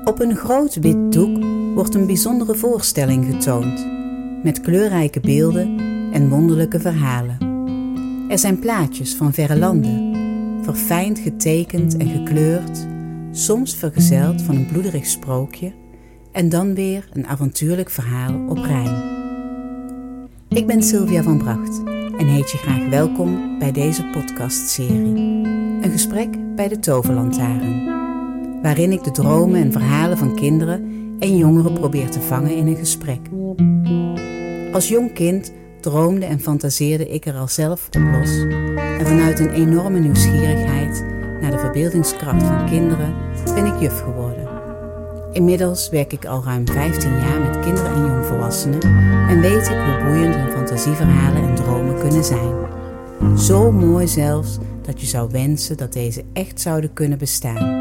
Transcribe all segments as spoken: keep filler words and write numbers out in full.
Op een groot wit doek wordt een bijzondere voorstelling getoond, met kleurrijke beelden en wonderlijke verhalen. Er zijn plaatjes van verre landen, verfijnd getekend en gekleurd, soms vergezeld van een bloederig sprookje en dan weer een avontuurlijk verhaal op rijm. Ik ben Sylvia van Bracht en heet je graag welkom bij deze podcastserie. Een gesprek bij de Toverlantaarn, waarin ik de dromen en verhalen van kinderen en jongeren probeer te vangen in een gesprek. Als jong kind droomde en fantaseerde ik er al zelf op los en vanuit een enorme nieuwsgierigheid naar de verbeeldingskracht van kinderen ben ik juf geworden. Inmiddels werk ik al ruim vijftien jaar met kinderen en jongvolwassenen en weet ik hoe boeiend hun fantasieverhalen en dromen kunnen zijn. Zo mooi zelfs dat je zou wensen dat deze echt zouden kunnen bestaan.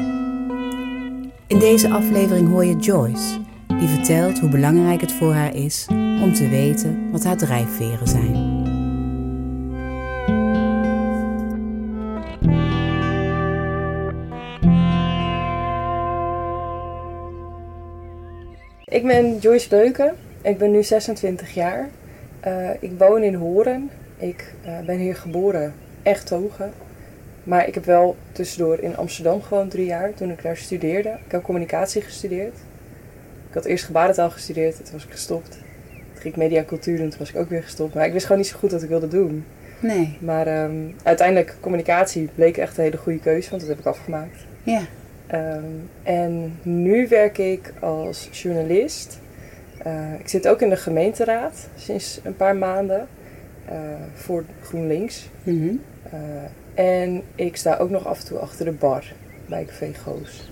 In deze aflevering hoor je Joyce, die vertelt hoe belangrijk het voor haar is om te weten wat haar drijfveren zijn. Ik ben Joyce Beuken, ik ben nu zesentwintig jaar. Uh, ik woon in Horen. Ik uh, ben hier geboren, Echthogen. Maar ik heb wel tussendoor in Amsterdam gewoond drie jaar toen ik daar studeerde. Ik heb communicatie gestudeerd. Ik had eerst gebarentaal gestudeerd, toen was ik gestopt. Toen ging ik media en cultuur doen, toen was ik ook weer gestopt. Maar ik wist gewoon niet zo goed wat ik wilde doen. Nee. Maar um, uiteindelijk, communicatie bleek echt een hele goede keuze, want dat heb ik afgemaakt. Ja. Um, en nu werk ik als journalist. Uh, ik zit ook in de gemeenteraad sinds een paar maanden uh, voor GroenLinks. Mm-hmm. Uh, en ik sta ook nog af en toe achter de bar bij Café Goos.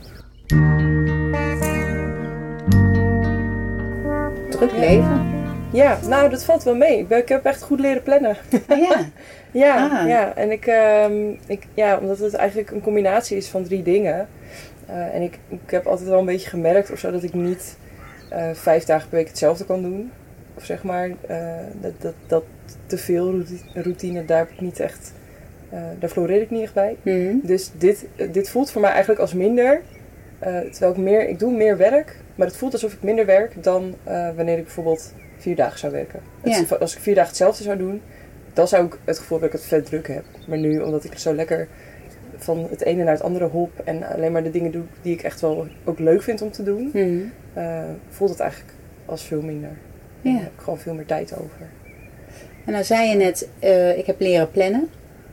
Druk leven. Ja, nou dat valt wel mee. Ik, ben, ik heb echt goed leren plannen. Oh, ja? ja, ah. ja, en ik, um, ik, ja, omdat het eigenlijk een combinatie is van drie dingen. Uh, en ik, ik heb altijd wel een beetje gemerkt of zo dat ik niet uh, vijf dagen per week hetzelfde kan doen. Of zeg maar, uh, dat, dat, dat te veel routine, daar heb ik niet echt, uh, daar floreer ik niet echt bij. Mm-hmm. Dus dit, dit voelt voor mij eigenlijk als minder. Uh, terwijl ik meer, ik doe meer werk, maar het voelt alsof ik minder werk dan uh, wanneer ik bijvoorbeeld vier dagen zou werken. Ja. Het, als ik vier dagen hetzelfde zou doen, dan zou ik het gevoel dat ik het vet druk heb. Maar nu, omdat ik zo lekker van het ene naar het andere hop en alleen maar de dingen doe die ik echt wel ook leuk vind om te doen, Mm-hmm. uh, voelt het eigenlijk als veel minder. Ja. En daar heb ik gewoon veel meer tijd over. En nou zei je net, uh, ik heb leren plannen.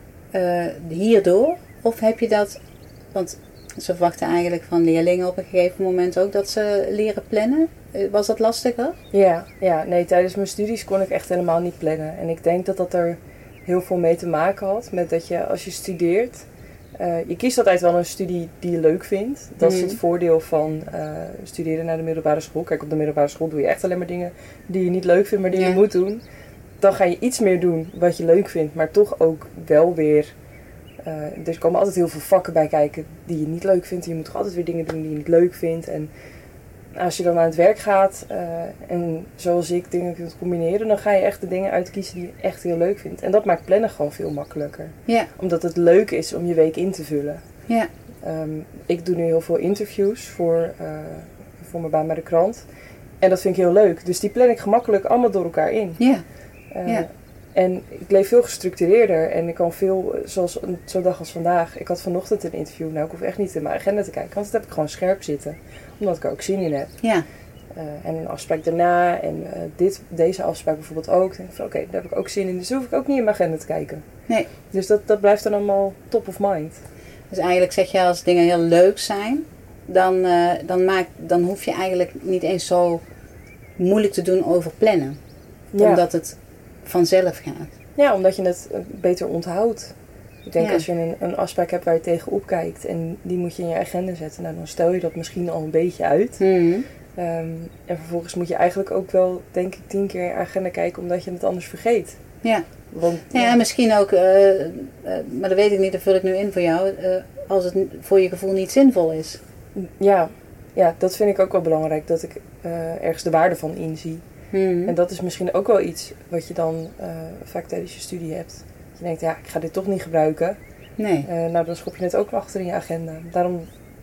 Uh, hierdoor? Of heb je dat, want ze verwachten eigenlijk van leerlingen op een gegeven moment ook dat ze leren plannen. Uh, was dat lastiger? Ja, ja, nee, tijdens mijn studies kon ik echt helemaal niet plannen. En ik denk dat dat er heel veel mee te maken had met dat je als je studeert, Uh, je kiest altijd wel een studie die je leuk vindt. Dat mm. is het voordeel van uh, studeren naar de middelbare school. Kijk, op de middelbare school doe je echt alleen maar dingen die je niet leuk vindt, maar die ja. je moet doen. Dan ga je iets meer doen wat je leuk vindt, maar toch ook wel weer. Uh, er komen altijd heel veel vakken bij kijken die je niet leuk vindt. Je moet toch altijd weer dingen doen die je niet leuk vindt. En als je dan aan het werk gaat uh, en zoals ik dingen kunt combineren, dan ga je echt de dingen uitkiezen die je echt heel leuk vindt. En dat maakt plannen gewoon veel makkelijker. Ja. Omdat het leuk is om je week in te vullen. Ja. Um, ik doe nu heel veel interviews voor, uh, voor mijn baan bij de krant. En dat vind ik heel leuk. Dus die plan ik gemakkelijk allemaal door elkaar in. Ja. Uh, ja. En ik leef veel gestructureerder en ik kan veel, zoals zo'n dag als vandaag. Ik had vanochtend een interview, nou ik hoef echt niet in mijn agenda te kijken, want dat heb ik gewoon scherp zitten. Omdat ik er ook zin in heb. Ja. Uh, en een afspraak daarna en uh, dit, deze afspraak bijvoorbeeld ook. Oké, okay, daar heb ik ook zin in, dus hoef ik ook niet in mijn agenda te kijken. Nee. Dus dat, dat blijft dan allemaal top of mind. Dus eigenlijk zeg je, als dingen heel leuk zijn, dan, uh, dan, maak, dan hoef je eigenlijk niet eens zo moeilijk te doen over plannen. Ja. Omdat het vanzelf gaat. Ja, omdat je het beter onthoudt. Ik denk ja. als je een, een afspraak hebt waar je tegenop kijkt en die moet je in je agenda zetten, nou dan stel je dat misschien al een beetje uit. Mm-hmm. Um, en vervolgens moet je eigenlijk ook wel, denk ik, tien keer in je agenda kijken omdat je het anders vergeet. Ja. Want, ja, ja, misschien ook, uh, uh, maar dat weet ik niet, dat vul ik nu in voor jou, uh, als het voor je gevoel niet zinvol is. Ja, ja, dat vind ik ook wel belangrijk, dat ik uh, ergens de waarde van inzie. Hmm. En dat is misschien ook wel iets wat je dan uh, vaak tijdens je studie hebt. Je denkt, ja, ik ga dit toch niet gebruiken. Nee. Uh, nou, dan schop je het ook achter in je agenda. Daarom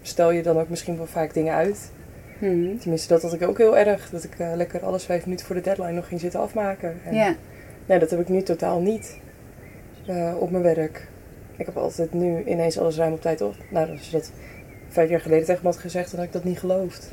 stel je dan ook misschien wel vaak dingen uit. Mm-hmm. Tenminste, dat had ik ook heel erg. Dat ik uh, lekker alles vijf minuten voor de deadline nog ging zitten afmaken. En, ja. Nee, dat heb ik nu totaal niet uh, op mijn werk. Ik heb altijd nu ineens alles ruim op tijd op. Nou, als je dat vijf jaar geleden tegen me had gezegd, dan had ik dat niet geloofd.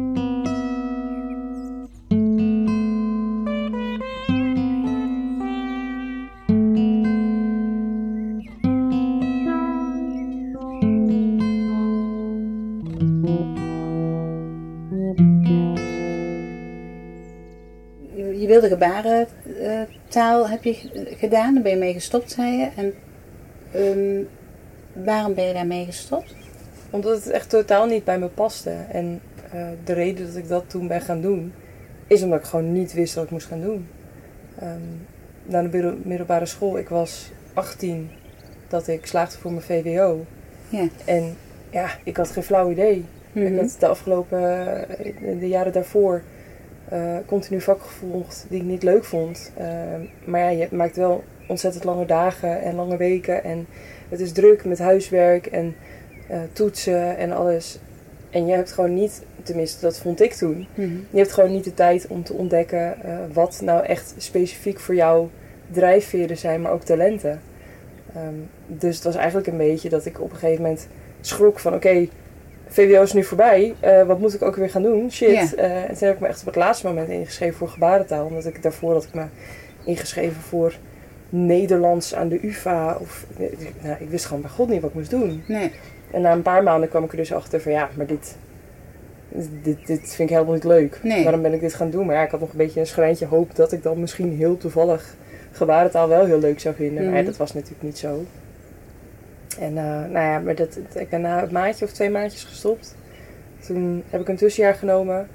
Je wilde gebarentaal heb je gedaan, daar ben je mee gestopt, zei je. En um, waarom ben je daarmee gestopt? Omdat het echt totaal niet bij me paste. En uh, de reden dat ik dat toen ben gaan doen, is omdat ik gewoon niet wist wat ik moest gaan doen. Um, na de middelbare school, ik was achttien dat ik slaagde voor mijn V W O. Ja. En ja, ik had geen flauw idee. Mm-hmm. Ik had de afgelopen, uh, de jaren daarvoor, uh, continu vakken gevolgd die ik niet leuk vond. Uh, maar ja, je maakt wel ontzettend lange dagen en lange weken. En het is druk met huiswerk en uh, toetsen en alles. En je hebt gewoon niet, tenminste dat vond ik toen, mm-hmm. je hebt gewoon niet de tijd om te ontdekken uh, wat nou echt specifiek voor jou drijfveren zijn, maar ook talenten. Um, dus het was eigenlijk een beetje dat ik op een gegeven moment schrok van oké, okay, V W O is nu voorbij, uh, wat moet ik ook weer gaan doen? Shit. Ja. Uh, en toen heb ik me echt op het laatste moment ingeschreven voor gebarentaal. Omdat ik daarvoor had ik me ingeschreven voor Nederlands aan de U vA. Of, nou, ik wist gewoon bij God niet wat ik moest doen. Nee. En na een paar maanden kwam ik er dus achter van ja, maar dit, dit, dit vind ik helemaal niet leuk. Nee. Waarom ben ik dit gaan doen? Maar ja, ik had nog een beetje een schrijntje hoop dat ik dan misschien heel toevallig gebarentaal wel heel leuk zou vinden. Mm-hmm. Maar ja, dat was natuurlijk niet zo. En uh, nou ja, maar dat, ik ben na een maandje of twee maandjes gestopt. Toen heb ik een tussenjaar genomen.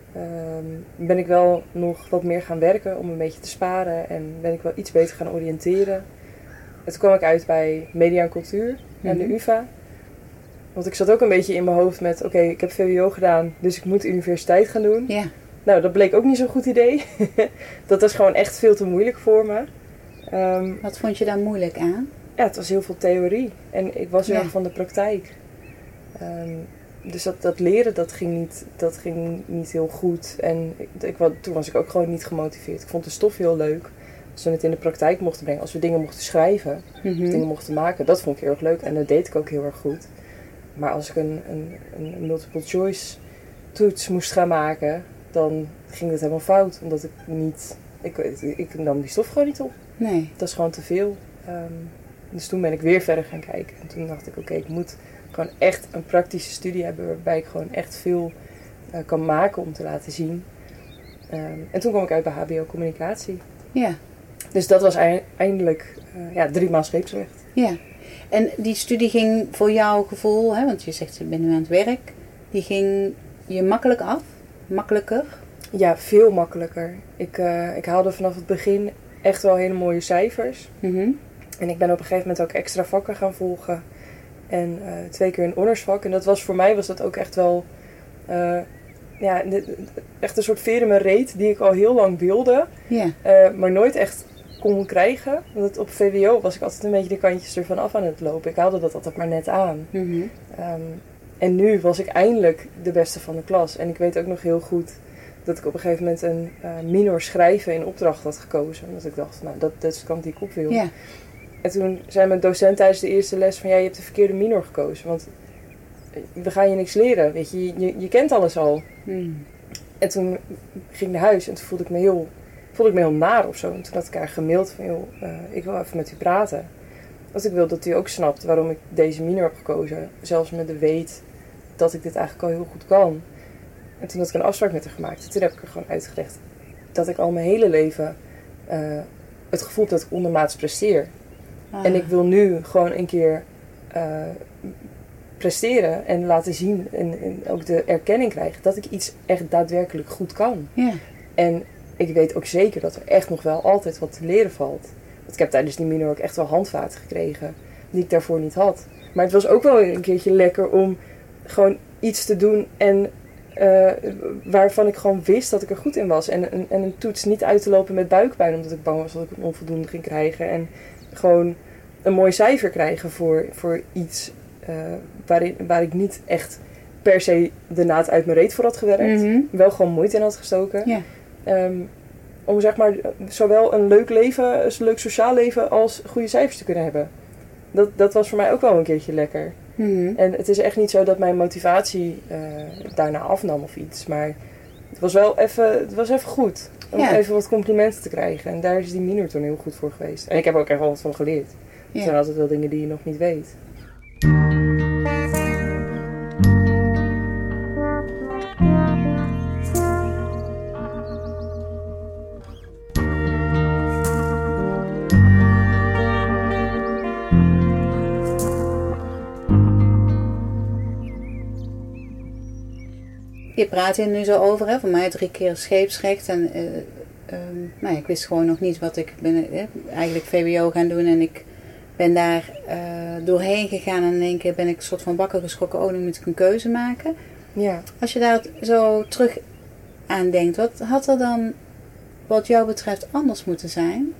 Um, ben ik wel nog wat meer gaan werken om een beetje te sparen. En ben ik wel iets beter gaan oriënteren. En toen kwam ik uit bij Media en Cultuur aan mm-hmm. de U vA. Want ik zat ook een beetje in mijn hoofd met, oké, okay, ik heb V W O gedaan, dus ik moet universiteit gaan doen. Ja. Nou, dat bleek ook niet zo'n goed idee. Dat was gewoon echt veel te moeilijk voor me. Um, Wat vond je daar moeilijk aan? Ja, het was heel veel theorie. En ik was heel ja. erg van de praktijk. Um, dus dat, dat leren, dat ging, niet, dat ging niet heel goed. En ik, ik, toen was ik ook gewoon niet gemotiveerd. Ik vond de stof heel leuk. Als we het in de praktijk mochten brengen. Als we dingen mochten schrijven. Mm-hmm. Als dingen mochten maken. Dat vond ik heel erg leuk. En dat deed ik ook heel erg goed. Maar als ik een, een, een multiple choice toets moest gaan maken. Dan ging dat helemaal fout. Omdat ik niet... Ik, ik, ik nam die stof gewoon niet op. Nee. Dat is gewoon te veel. Um, dus toen ben ik weer verder gaan kijken. En toen dacht ik, oké, okay, ik moet gewoon echt een praktische studie hebben. Waarbij ik gewoon echt veel uh, kan maken om te laten zien. Um, en toen kwam ik uit bij H B O Communicatie. Ja. Dus dat was eindelijk uh, ja, drie maal scheepsrecht. Ja. En die studie ging voor jouw gevoel, hè, want je zegt je bent nu aan het werk. Die ging je makkelijk af? Makkelijker? Ja, veel makkelijker. Ik, uh, ik haalde vanaf het begin echt wel hele mooie cijfers. Mm-hmm. En ik ben op een gegeven moment ook extra vakken gaan volgen. En uh, twee keer een honorsvak. En dat was voor mij was dat ook echt wel... Uh, ja, echt een soort veer in mijn reet die ik al heel lang wilde. Yeah. Uh, maar nooit echt kon krijgen. Want op V W O was ik altijd een beetje de kantjes ervan af aan het lopen. Ik haalde dat altijd maar net aan. Mm-hmm. Um, en nu was ik eindelijk de beste van de klas. En ik weet ook nog heel goed dat ik op een gegeven moment een uh, minor schrijven in opdracht had gekozen. Omdat ik dacht, nou, dat, dat is de kant die ik op wil. Yeah. En toen zei mijn docent tijdens de eerste les van, ja, je hebt de verkeerde minor gekozen. Want we gaan je niks leren, weet je. Je, je kent alles al. Mm. En toen ging ik naar huis en toen voelde ik me heel, voelde ik me heel naar of zo. En toen had ik haar gemaild van, joh, uh, ik wil even met u praten. Want ik wil dat u ook snapt waarom ik deze minor heb gekozen. Zelfs met de weet dat ik dit eigenlijk al heel goed kan. En toen had ik een afspraak met haar gemaakt. En toen heb ik er gewoon uitgelegd dat ik al mijn hele leven uh, het gevoel heb dat ik ondermaats presteer. Ah. En ik wil nu gewoon een keer uh, presteren en laten zien en, en ook de erkenning krijgen dat ik iets echt daadwerkelijk goed kan. Yeah. En ik weet ook zeker dat er echt nog wel altijd wat te leren valt. Want ik heb tijdens die minor ook echt wel handvaten gekregen die ik daarvoor niet had. Maar het was ook wel een keertje lekker om gewoon iets te doen en uh, waarvan ik gewoon wist dat ik er goed in was. En, en, en een toets niet uit te lopen met buikpijn omdat ik bang was dat ik een onvoldoende ging krijgen. En gewoon een mooi cijfer krijgen voor, voor iets uh, waarin, waar ik niet echt per se de naad uit mijn reet voor had gewerkt. Mm-hmm. Wel gewoon moeite in had gestoken. Yeah. Um, om zeg maar zowel een leuk leven, een leuk sociaal leven als goede cijfers te kunnen hebben. Dat, dat was voor mij ook wel een keertje lekker. Mm-hmm. En het is echt niet zo dat mijn motivatie uh, daarna afnam of iets. Maar het was wel even, het was even goed. Om ja. even wat complimenten te krijgen. En daar is die Minor heel goed voor geweest. En ik heb ook echt wel wat van geleerd. Ja. Er zijn altijd wel dingen die je nog niet weet. Je praat hier nu zo over, hè? Voor mij drie keer scheepsrecht. En uh, um, nou, ik wist gewoon nog niet wat ik ben. Uh, eigenlijk V W O gaan doen. En ik ben daar uh, doorheen gegaan. En in één keer ben ik een soort van wakker geschrokken. Oh, nu moet ik een keuze maken. Ja. Als je daar zo terug aan denkt. Wat had er dan wat jou betreft anders moeten zijn?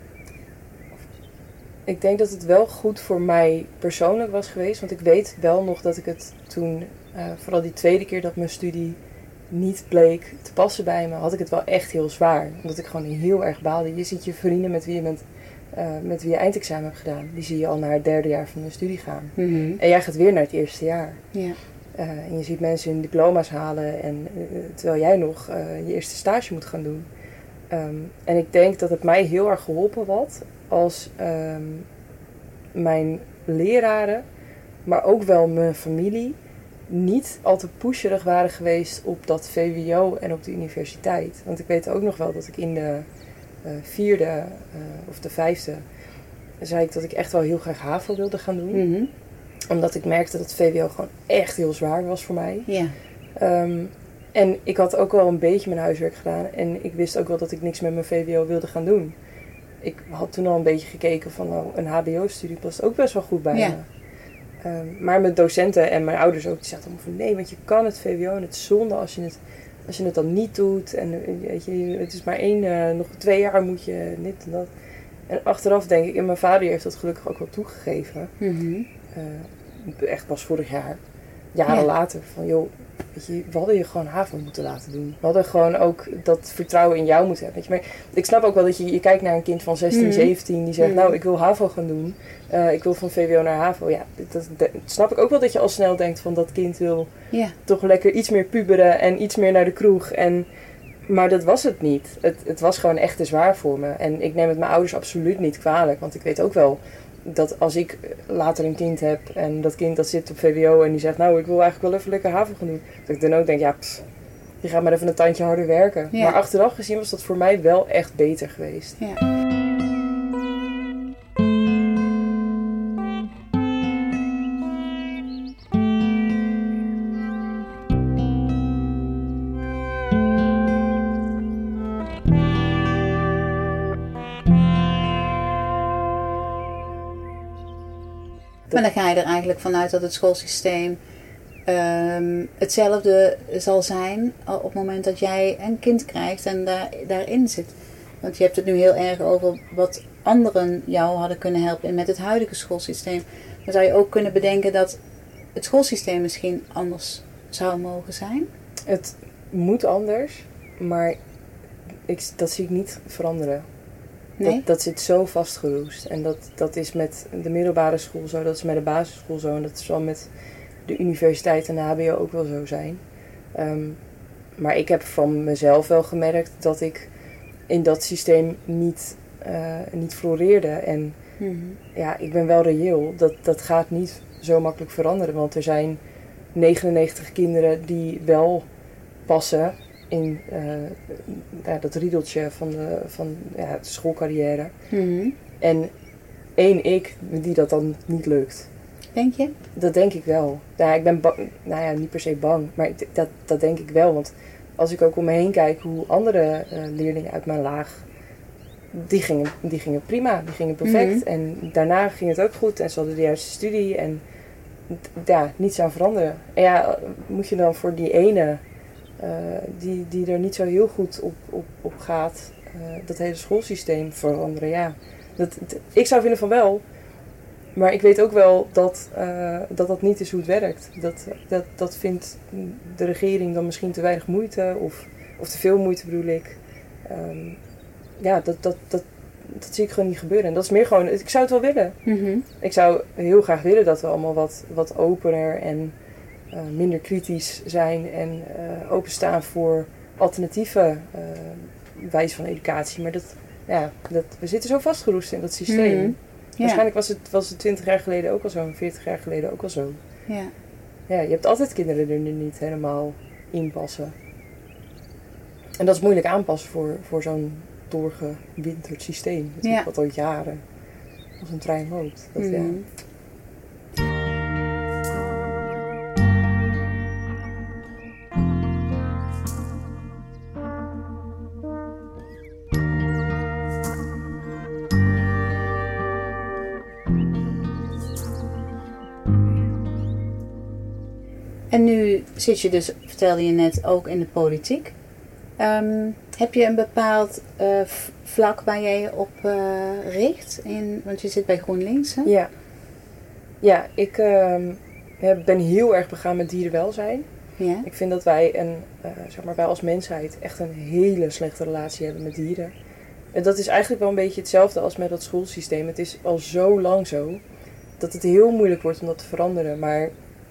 Ik denk dat het wel goed voor mij persoonlijk was geweest. Want ik weet wel nog dat ik het toen... Uh, vooral die tweede keer dat mijn studie niet bleek te passen bij me, had ik het wel echt heel zwaar. Omdat ik gewoon heel erg baalde. Je ziet je vrienden met wie je, bent, uh, met wie je eindexamen hebt gedaan. Die zie je al naar het derde jaar van de studie gaan. Mm-hmm. En jij gaat weer naar het eerste jaar. Yeah. Uh, en je ziet mensen hun diploma's halen. En, uh, terwijl jij nog uh, je eerste stage moet gaan doen. Um, en ik denk dat het mij heel erg geholpen had als um, mijn leraren, maar ook wel mijn familie, niet al te pusherig waren geweest op dat V W O en op de universiteit. Want ik weet ook nog wel dat ik in de uh, vierde uh, of de vijfde zei ik dat ik echt wel heel graag HAVO wilde gaan doen. Mm-hmm. Omdat ik merkte dat V W O gewoon echt heel zwaar was voor mij. Yeah. Um, en ik had ook wel een beetje mijn huiswerk gedaan. En ik wist ook wel dat ik niks met mijn V W O wilde gaan doen. Ik had toen al een beetje gekeken van nou, een H B O-studie past ook best wel goed bij yeah. me. Um, maar mijn docenten en mijn ouders ook, die zaten allemaal van nee, want je kan het V W O en het is zonde als je het, als je het dan niet doet. En weet je, het is maar één, uh, nog twee jaar moet je dit en dat. En achteraf denk ik, en mijn vader heeft dat gelukkig ook wel toegegeven. Mm-hmm. Uh, echt pas vorig jaar, jaren ja. later, van joh, weet je, we hadden je gewoon HAVO moeten laten doen. We hadden gewoon ook dat vertrouwen in jou moeten hebben. Weet je. Maar ik snap ook wel dat je, je kijkt naar een kind van zestien, mm-hmm. zeventien die zegt, mm-hmm. nou ik wil HAVO gaan doen. Uh, ik wil van V W O naar HAVO. Ja, dat, dat snap ik ook wel dat je al snel denkt van dat kind wil yeah. toch lekker iets meer puberen en iets meer naar de kroeg. En, maar dat was het niet. Het, het was gewoon echt te zwaar voor me. En ik neem het mijn ouders absoluut niet kwalijk. Want ik weet ook wel dat als ik later een kind heb en dat kind dat zit op V W O en die zegt nou ik wil eigenlijk wel even lekker HAVO gaan doen. Dat ik dan ook denk ja, pff, je gaat maar even een tandje harder werken. Ja. Maar achteraf gezien was dat voor mij wel echt beter geweest. Ja. Maar dan ga je er eigenlijk vanuit dat het schoolsysteem um, hetzelfde zal zijn op het moment dat jij een kind krijgt en daar, daarin zit. Want je hebt het nu heel erg over wat anderen jou hadden kunnen helpen met het huidige schoolsysteem. Dan zou je ook kunnen bedenken dat het schoolsysteem misschien anders zou mogen zijn? Het moet anders, maar ik, dat zie ik niet veranderen. Nee? Dat, dat zit zo vastgeroest. En dat, dat is met de middelbare school zo, dat is met de basisschool zo. En dat zal met de universiteit en de H B O ook wel zo zijn. Um, maar ik heb van mezelf wel gemerkt dat ik in dat systeem niet, uh, niet floreerde. En mm-hmm. ja, ik ben wel reëel. Dat, dat gaat niet zo makkelijk veranderen. Want er zijn negenennegentig kinderen die wel passen in uh, ja, dat riedeltje van de, van, ja, de schoolcarrière. Mm-hmm. En één ik die dat dan niet lukt. Denk je? Dat denk ik wel. Ja, ik ben bang, nou ja, niet per se bang, maar dat, dat denk ik wel. Want als ik ook om me heen kijk hoe andere uh, leerlingen uit mijn laag, die gingen, die gingen prima, die gingen perfect. Mm-hmm. En daarna ging het ook goed en ze hadden de juiste studie en ja, niets aan veranderen. En ja, moet je dan voor die ene Uh, die, die er niet zo heel goed op, op, op gaat, uh, dat hele schoolsysteem veranderen. Ja. Dat, d- ik zou vinden van wel, maar ik weet ook wel dat, uh, dat dat niet is hoe het werkt. Dat, dat, dat vindt de regering dan misschien te weinig moeite of, of te veel moeite bedoel ik. Um, ja, dat, dat, dat, dat zie ik gewoon niet gebeuren. En dat is meer gewoon, ik zou het wel willen. Mm-hmm. Ik zou heel graag willen dat we allemaal wat, wat opener en uh, minder kritisch zijn en uh, openstaan voor alternatieve uh, wijze van educatie. Maar dat, ja, dat, we zitten zo vastgeroest in dat systeem. Mm-hmm. Ja. Waarschijnlijk was het, was het twintig jaar geleden ook al zo, veertig jaar geleden ook al zo. Ja. Ja, je hebt altijd kinderen die er niet helemaal in passen. En dat is moeilijk aanpassen voor, voor zo'n doorgewinterd systeem. Ja. Wat al jaren als een trein loopt. Dat, mm-hmm. ja. En nu zit je dus, vertelde je net, ook in de politiek. Um, heb je een bepaald uh, vlak waar jij je op uh, richt? In, want je zit bij GroenLinks, hè? Ja. Ja, ik uh, ben heel erg begaan met dierenwelzijn. Ja. Ik vind dat wij, een, uh, zeg maar, wij als mensheid echt een hele slechte relatie hebben met dieren. En dat is eigenlijk wel een beetje hetzelfde als met dat schoolsysteem. Het is al zo lang zo dat het heel moeilijk wordt om dat te veranderen. Maar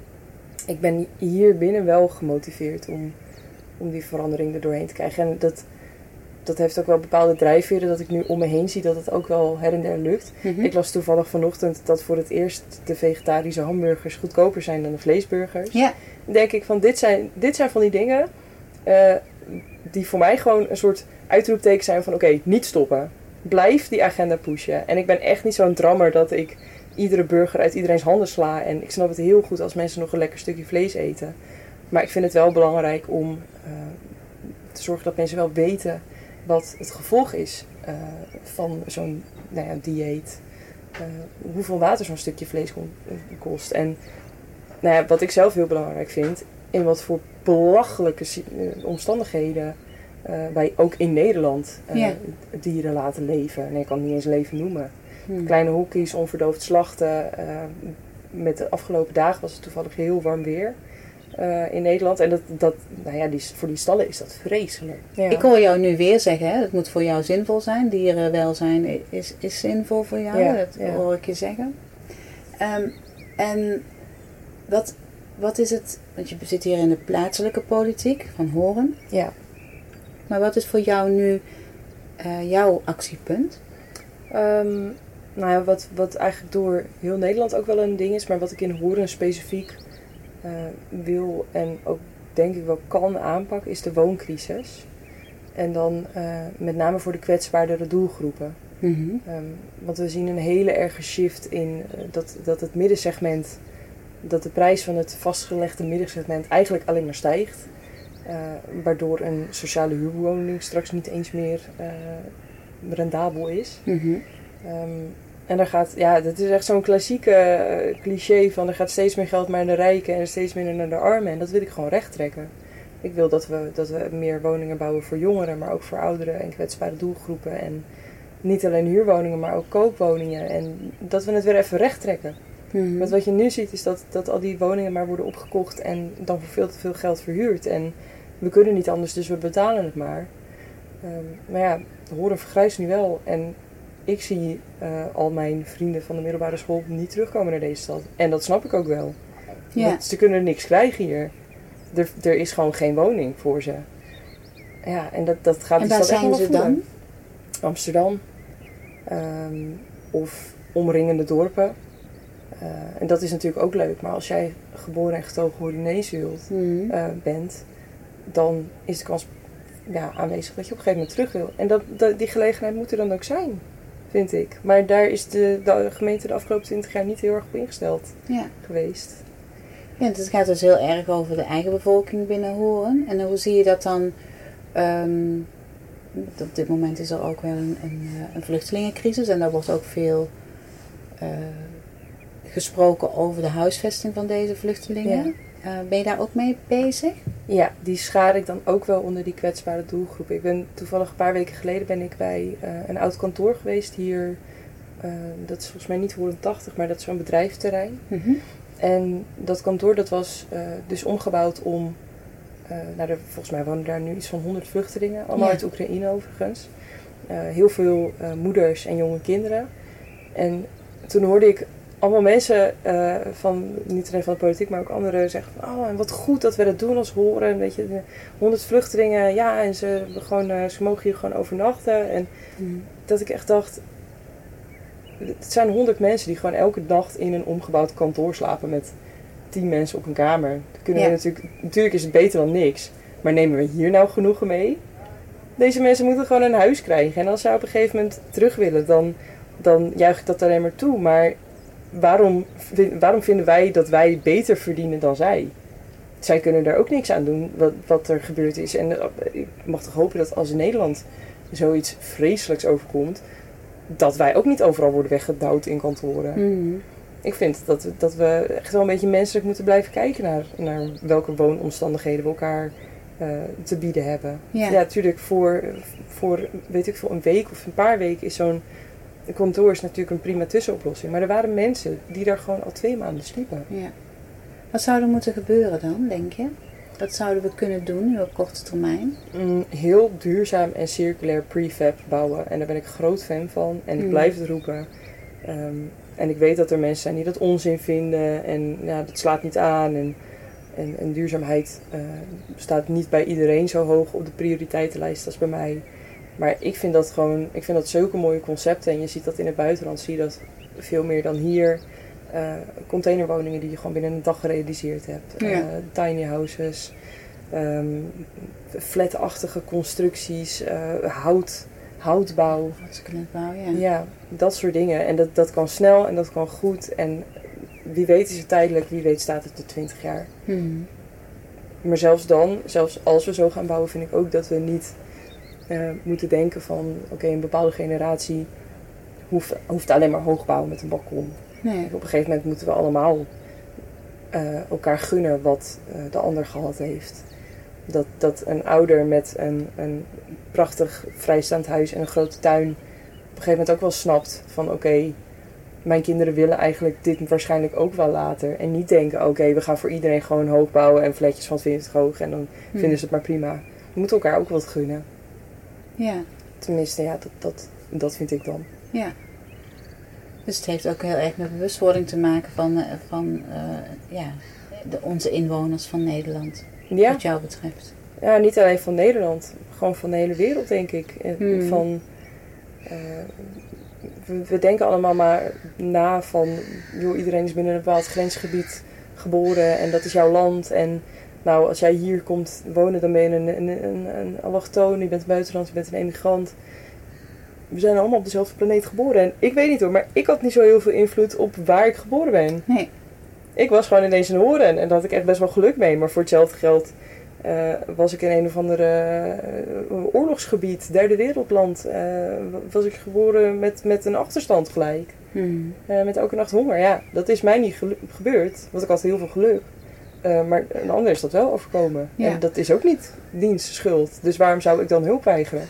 ik ben hier binnen wel gemotiveerd om, om die verandering er doorheen te krijgen. En dat, dat heeft ook wel bepaalde drijfveren dat ik nu om me heen zie dat het ook wel her en der lukt. Mm-hmm. Ik las toevallig vanochtend dat voor het eerst de vegetarische hamburgers goedkoper zijn dan de vleesburgers. Ja. Dan denk ik van dit zijn, dit zijn van die dingen uh, die voor mij gewoon een soort uitroepteken zijn van oké, okay, niet stoppen. Blijf die agenda pushen. En ik ben echt niet zo'n drammer dat ik iedere burger uit iedereen's handen sla. En ik snap het heel goed als mensen nog een lekker stukje vlees eten. Maar ik vind het wel belangrijk om uh, te zorgen dat mensen wel weten wat het gevolg is uh, van zo'n nou ja, dieet. Uh, hoeveel water zo'n stukje vlees kost. En nou ja, wat ik zelf heel belangrijk vind, in wat voor belachelijke uh, omstandigheden uh, wij ook in Nederland uh, yeah. dieren laten leven. Nee, ik kan het niet eens leven noemen. Hmm. Kleine hokjes, onverdoofd slachten. Uh, met de afgelopen dagen was het toevallig heel warm weer uh, in Nederland. En dat, dat, nou ja, die, voor die stallen is dat vreselijk. Ja. Ik hoor jou nu weer zeggen, hè, het moet voor jou zinvol zijn. Dierenwelzijn is, is zinvol voor jou, ja, dat ja. hoor ik je zeggen. Um, en wat, wat is het, want je zit hier in de plaatselijke politiek van Horen. Ja. Maar wat is voor jou nu uh, jouw actiepunt? Um, nou ja, wat, wat eigenlijk door heel Nederland ook wel een ding is, maar wat ik in Horen specifiek uh, wil en ook denk ik wel kan aanpakken, is de wooncrisis. En dan uh, met name voor de kwetsbaardere doelgroepen. Mm-hmm. Um, want we zien een hele erge shift in uh, dat, dat het middensegment, dat de prijs van het vastgelegde middensegment eigenlijk alleen maar stijgt. Uh, waardoor een sociale huurwoning straks niet eens meer uh, rendabel is. Mm-hmm. Um, en daar gaat, ja, dat is echt zo'n klassieke uh, cliché van er gaat steeds meer geld naar de rijken en steeds minder naar de armen. En dat wil ik gewoon recht trekken. Ik wil dat we, dat we meer woningen bouwen voor jongeren, maar ook voor ouderen en kwetsbare doelgroepen. En niet alleen huurwoningen, maar ook koopwoningen. En dat we het weer even recht trekken. Mm-hmm. Want wat je nu ziet is dat, dat al die woningen maar worden opgekocht en dan voor veel te veel geld verhuurd. En we kunnen niet anders, dus we betalen het maar. Um, maar ja, Horen vergrijst nu wel. En ik zie uh, al mijn vrienden van de middelbare school niet terugkomen naar deze stad. En dat snap ik ook wel. Ja. Want ze kunnen niks krijgen hier. Er, er is gewoon geen woning voor ze. Ja, en dat, dat gaat en die waar stad zijn ze dan? Amsterdam. Um, of omringende dorpen. Uh, en dat is natuurlijk ook leuk. Maar als jij geboren en getogen Horinees mm-hmm. uh, bent, dan is de kans ja, aanwezig dat je op een gegeven moment terug wil. En dat, dat, die gelegenheid moet er dan ook zijn, vind ik. Maar daar is de, de gemeente de afgelopen twintig jaar niet heel erg op ingesteld ja. geweest. Ja, het gaat dus heel erg over de eigen bevolking binnen Horen. En hoe zie je dat dan? Um, op dit moment is er ook wel een, een, een vluchtelingencrisis. En daar wordt ook veel uh, gesproken over de huisvesting van deze vluchtelingen. Ja. Uh, ben je daar ook mee bezig? Ja, die schaar ik dan ook wel onder die kwetsbare doelgroep. Ik ben toevallig een paar weken geleden ben ik bij uh, een oud kantoor geweest hier Uh, dat is volgens mij niet honderdtachtig, maar dat is zo'n bedrijfsterrein. Mm-hmm. En dat kantoor dat was uh, dus omgebouwd om... Uh, nou, er, volgens mij wonen daar nu iets van honderd vluchtelingen. Allemaal ja. uit Oekraïne overigens. Uh, heel veel uh, moeders en jonge kinderen. En toen hoorde ik allemaal mensen, uh, van, niet alleen van de politiek, maar ook anderen zeggen van, oh, en wat goed dat we dat doen als Horen. Weet je, honderd vluchtelingen, ja, en ze, gewoon, uh, ze mogen hier gewoon overnachten. En mm. dat ik echt dacht, het zijn honderd mensen die gewoon elke nacht in een omgebouwd kantoor slapen met tien mensen op een kamer. Kunnen ja. we natuurlijk, natuurlijk is het beter dan niks. Maar nemen we hier nou genoegen mee? Deze mensen moeten gewoon een huis krijgen. En als ze op een gegeven moment terug willen, dan, dan juich ik dat alleen maar toe. Maar waarom, waarom vinden wij dat wij beter verdienen dan zij? Zij kunnen er ook niks aan doen wat, wat er gebeurd is. En uh, ik mag toch hopen dat als in Nederland zoiets vreselijks overkomt, dat wij ook niet overal worden weggedouwd in kantoren. Mm. Ik vind dat we, dat we echt wel een beetje menselijk moeten blijven kijken naar, naar welke woonomstandigheden we elkaar uh, te bieden hebben. Ja, ja natuurlijk voor, voor, weet ik veel, een week of een paar weken is zo'n kantoor is natuurlijk een prima tussenoplossing. Maar er waren mensen die daar gewoon al twee maanden sliepen. Ja. Wat zou er moeten gebeuren dan, denk je? Wat zouden we kunnen doen nu op korte termijn? Mm, heel duurzaam en circulair prefab bouwen. En daar ben ik groot fan van. En ik mm. blijf het roepen. Um, en ik weet dat er mensen zijn die dat onzin vinden. En ja, dat slaat niet aan. En, en, en duurzaamheid uh, staat niet bij iedereen zo hoog op de prioriteitenlijst als bij mij. Maar ik vind dat gewoon, ik vind dat zulke mooie concepten. En je ziet dat in het buitenland, zie je dat veel meer dan hier. Uh, containerwoningen die je gewoon binnen een dag gerealiseerd hebt. Ja. Uh, tiny houses. Um, flatachtige constructies. Uh, hout, houtbouw. Houtbouw, ja. Ja, dat soort dingen. En dat, dat kan snel en dat kan goed. En wie weet is het tijdelijk, wie weet staat het de twintig jaar. Hmm. Maar zelfs dan, zelfs als we zo gaan bouwen, vind ik ook dat we niet uh, moeten denken van, oké, okay, een bepaalde generatie hoeft, hoeft alleen maar hoogbouw met een balkon. Nee. Op een gegeven moment moeten we allemaal uh, elkaar gunnen wat uh, de ander gehad heeft. Dat, dat een ouder met een, een prachtig vrijstaand huis en een grote tuin op een gegeven moment ook wel snapt van oké, okay, mijn kinderen willen eigenlijk dit waarschijnlijk ook wel later. En niet denken oké, okay, we gaan voor iedereen gewoon hoog bouwen en flatjes van twintig hoog en dan hmm. vinden ze het maar prima. We moeten elkaar ook wat gunnen. Ja. Tenminste, ja, dat, dat, dat vind ik dan. Ja. Dus het heeft ook heel erg met bewustwording te maken van, uh, van uh, ja, de, onze inwoners van Nederland. Ja. Wat jou betreft. Ja, niet alleen van Nederland. Gewoon van de hele wereld, denk ik. Hmm. Van, uh, we, we denken allemaal maar na van, joh, iedereen is binnen een bepaald grensgebied geboren en dat is jouw land. En nou, als jij hier komt wonen, dan ben je een, een, een, een allochtoon, je bent een buitenland, je bent een emigrant. We zijn allemaal op dezelfde planeet geboren. En ik weet niet hoor, maar ik had niet zo heel veel invloed op waar ik geboren ben. Nee. Ik was gewoon ineens een Horen en daar had ik echt best wel geluk mee. Maar voor hetzelfde geld uh, was ik in een of andere uh, oorlogsgebied, derde wereldland. Uh, was ik geboren met, met een achterstand gelijk. Hmm. Uh, met elke nacht honger. Ja, dat is mij niet gelu- gebeurd, want ik had heel veel geluk. Uh, maar een ander is dat wel overkomen. Ja. En dat is ook niet diens schuld. Dus waarom zou ik dan hulp weigeren?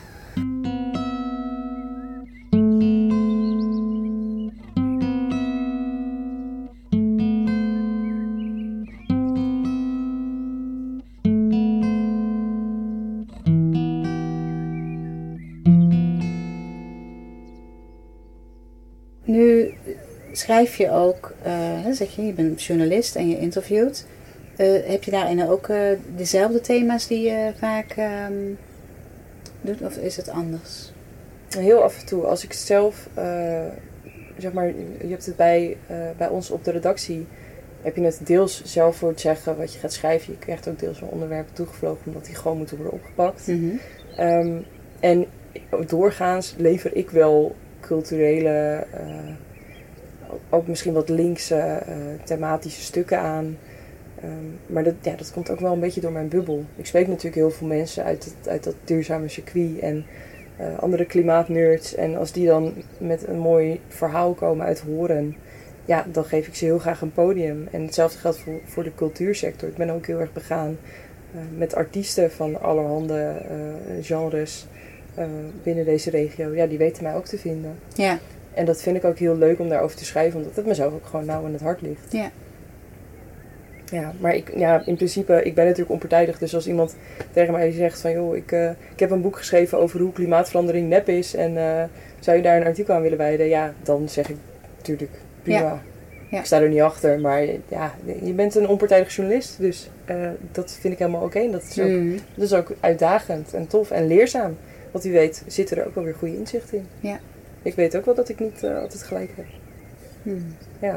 Nu schrijf je ook, uh, zeg je, je bent journalist en je interviewt. Uh, heb je daarin ook uh, dezelfde thema's die je vaak um, doet of is het anders? Heel af en toe. Als ik zelf, uh, zeg maar, je hebt het bij, uh, bij ons op de redactie, heb je het deels zelf voor het zeggen wat je gaat schrijven. Je krijgt ook deels wel onderwerpen toegevlogen omdat die gewoon moeten worden opgepakt. Mm-hmm. Um, en doorgaans lever ik wel culturele, uh, ook misschien wat linkse uh, thematische stukken aan. Um, maar dat, ja, dat komt ook wel een beetje door mijn bubbel. Ik spreek natuurlijk heel veel mensen uit, het, uit dat duurzame circuit en uh, andere klimaatnerds. En als die dan met een mooi verhaal komen uit Horen, ja, dan geef ik ze heel graag een podium. En hetzelfde geldt voor, voor de cultuursector. Ik ben ook heel erg begaan uh, met artiesten van allerhande uh, genres uh, binnen deze regio. Ja, die weten mij ook te vinden. Ja. En dat vind ik ook heel leuk om daarover te schrijven, omdat het mezelf ook gewoon nauw aan het hart ligt. Ja. Ja, maar ik, ja, in principe, ik ben natuurlijk onpartijdig. Dus als iemand tegen mij zegt van, joh, ik, uh, ik heb een boek geschreven over hoe klimaatverandering nep is. En uh, zou je daar een artikel aan willen wijden? Ja, dan zeg ik natuurlijk prima. Ja. Ja. Ik sta er niet achter, maar ja, je bent een onpartijdig journalist. Dus uh, dat vind ik helemaal oké. Okay. Dat, is ook, mm. dat is ook uitdagend en tof en leerzaam. Want wie weet zitten er ook wel weer goede inzichten in. Ja. Ik weet ook wel dat ik niet uh, altijd gelijk heb. Mm. Ja.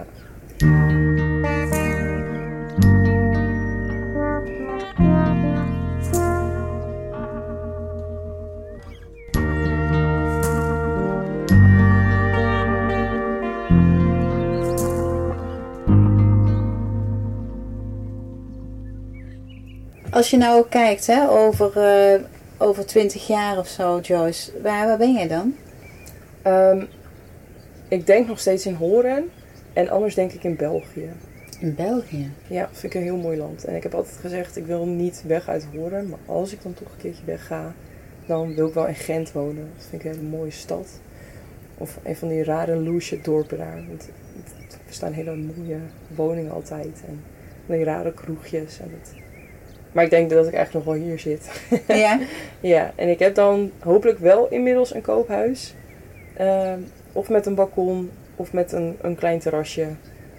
Als je nou kijkt hè, over, uh, over twintig jaar of zo, Joyce, waar, waar ben jij dan? Um, ik denk nog steeds in Horen en anders denk ik in België. In België? Ja, vind ik een heel mooi land. En ik heb altijd gezegd, ik wil niet weg uit Horen, maar als ik dan toch een keertje weg ga, dan wil ik wel in Gent wonen. Dat vind ik een hele mooie stad. Of een van die rare loesje dorpen daar. Het, het, er staan hele mooie woningen altijd en die rare kroegjes en het... Maar ik denk dat ik eigenlijk nog wel hier zit. Ja? Ja, en ik heb dan hopelijk wel inmiddels een koophuis. Uh, of met een balkon, of met een, een klein terrasje.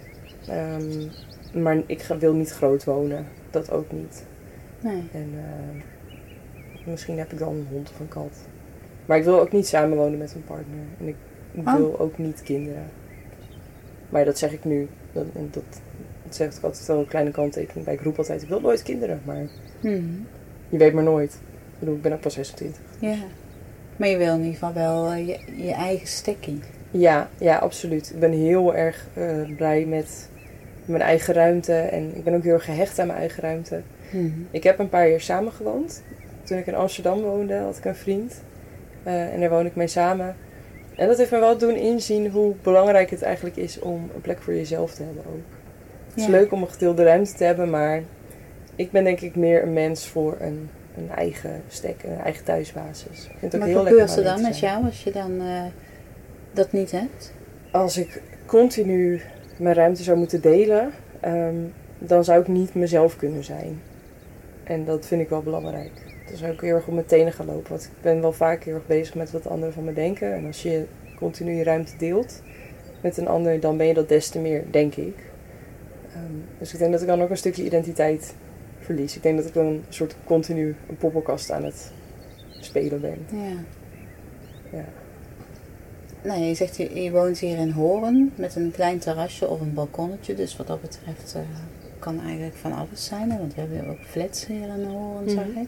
Um, maar ik ga, wil niet groot wonen. Dat ook niet. Nee. En uh, misschien heb ik dan een hond of een kat. Maar ik wil ook niet samenwonen met een partner. En ik, ik oh. wil ook niet kinderen. Maar dat zeg ik nu. Dat, en dat, dat zeg ik altijd wel een kleine kanttekening bij. Ik roep altijd, ik wil nooit kinderen. Maar hmm. je weet maar nooit. Ik bedoel, ik ben ook pas zesentwintig. Ja. Maar je wil in ieder geval wel uh, je, je eigen stekkie. Ja, ja, absoluut. Ik ben heel erg uh, blij met mijn eigen ruimte. En ik ben ook heel erg gehecht aan mijn eigen ruimte. Hmm. Ik heb een paar jaar samen gewoond. Toen ik in Amsterdam woonde, had ik een vriend. Uh, en daar woon ik mee samen. En dat heeft me wel doen inzien hoe belangrijk het eigenlijk is om een plek voor jezelf te hebben ook. Het is ja. leuk om een gedeelde ruimte te hebben, maar ik ben denk ik meer een mens voor een, een eigen stek, een eigen thuisbasis. Ik vind het ook heel lekker. Wat gebeurt er dan met jou als je dan uh, dat niet hebt? Als ik continu mijn ruimte zou moeten delen, um, dan zou ik niet mezelf kunnen zijn. En dat vind ik wel belangrijk. Dan zou ik heel erg op mijn tenen gaan lopen. Want ik ben wel vaak heel erg bezig met wat anderen van me denken. En als je continu je ruimte deelt met een ander, dan ben je dat des te meer, denk ik. Um, dus ik denk dat ik dan ook een stukje identiteit verlies. Ik denk dat ik dan een soort continu een poppenkast aan het spelen ben. Ja. Ja. Nou, je zegt je, je woont hier in Horen met een klein terrasje of een balkonnetje. Dus wat dat betreft uh, kan eigenlijk van alles zijn. Hè? Want we hebben ook flats hier in Horen, mm-hmm. zag ik.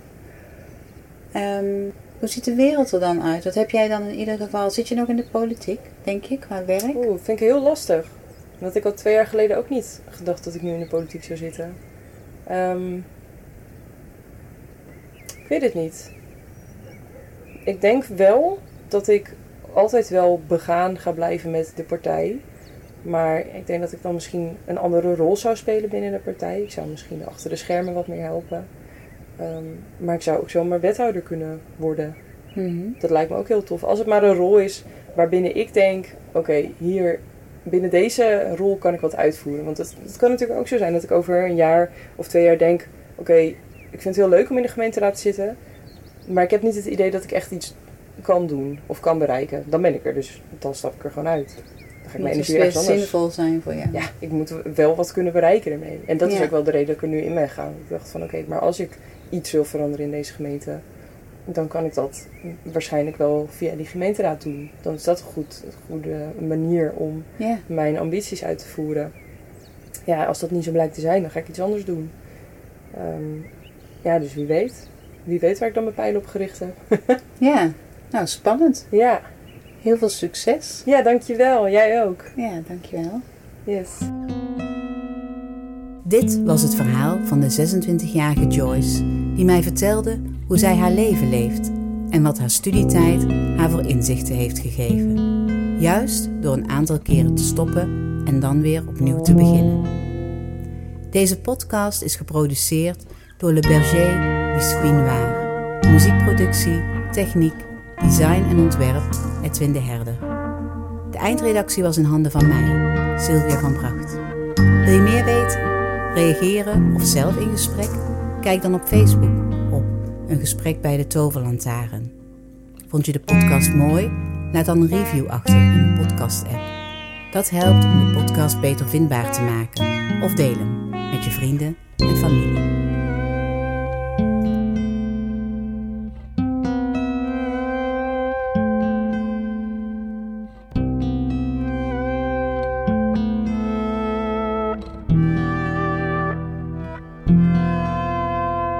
Um, hoe ziet de wereld er dan uit? Wat heb jij dan in ieder geval? Zit je nog in de politiek, denk je, qua werk? Oeh, vind ik heel lastig. Dat ik al twee jaar geleden ook niet gedacht dat ik nu in de politiek zou zitten. Um, ik weet het niet. Ik denk wel dat ik altijd wel begaan ga blijven met de partij. Maar ik denk dat ik dan misschien een andere rol zou spelen binnen de partij. Ik zou misschien achter de schermen wat meer helpen. Um, maar ik zou ook zomaar wethouder kunnen worden. Mm-hmm. Dat lijkt me ook heel tof. Als het maar een rol is waarbinnen ik denk, oké, okay, hier binnen deze rol kan ik wat uitvoeren. Want het, het kan natuurlijk ook zo zijn dat ik over een jaar of twee jaar denk, oké, okay, ik vind het heel leuk om in de gemeenteraad te zitten. Maar ik heb niet het idee dat ik echt iets kan doen of kan bereiken. Dan ben ik er, dus dan stap ik er gewoon uit. Dan ga ik mijn energie ergens anders. Het moet zinvol zijn voor jou. Ja, ik moet wel wat kunnen bereiken ermee. En dat ja. is ook wel de reden dat ik er nu in ben gegaan. Ik dacht van, oké, okay, maar als ik iets wil veranderen in deze gemeente, dan kan ik dat waarschijnlijk wel via die gemeenteraad doen. Dan is dat een, goed, een goede manier om yeah. mijn ambities uit te voeren. Ja, als dat niet zo blijkt te zijn, dan ga ik iets anders doen. Um, ja, dus wie weet. Wie weet waar ik dan mijn pijlen op gericht heb. Ja, nou spannend. Ja. Heel veel succes. Ja, dankjewel. Jij ook. Ja, dankjewel. Yes. Dit was het verhaal van de zesentwintigjarige Joyce, die mij vertelde hoe zij haar leven leeft en wat haar studietijd haar voor inzichten heeft gegeven. Juist door een aantal keren te stoppen en dan weer opnieuw te beginnen. Deze podcast is geproduceerd door Le Berger Biscuit Noir. Muziekproductie, techniek, design en ontwerp Edwin de Herder. De eindredactie was in handen van mij, Sylvia van Bracht. Wil je meer weten, reageren of zelf in gesprek? Kijk dan op Facebook op Een Gesprek bij de Toverlantaarn. Vond je de podcast mooi? Laat dan een review achter in de podcast-app. Dat helpt om de podcast beter vindbaar te maken. Of deel hem met je vrienden en familie.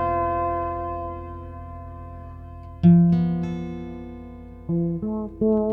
Yeah.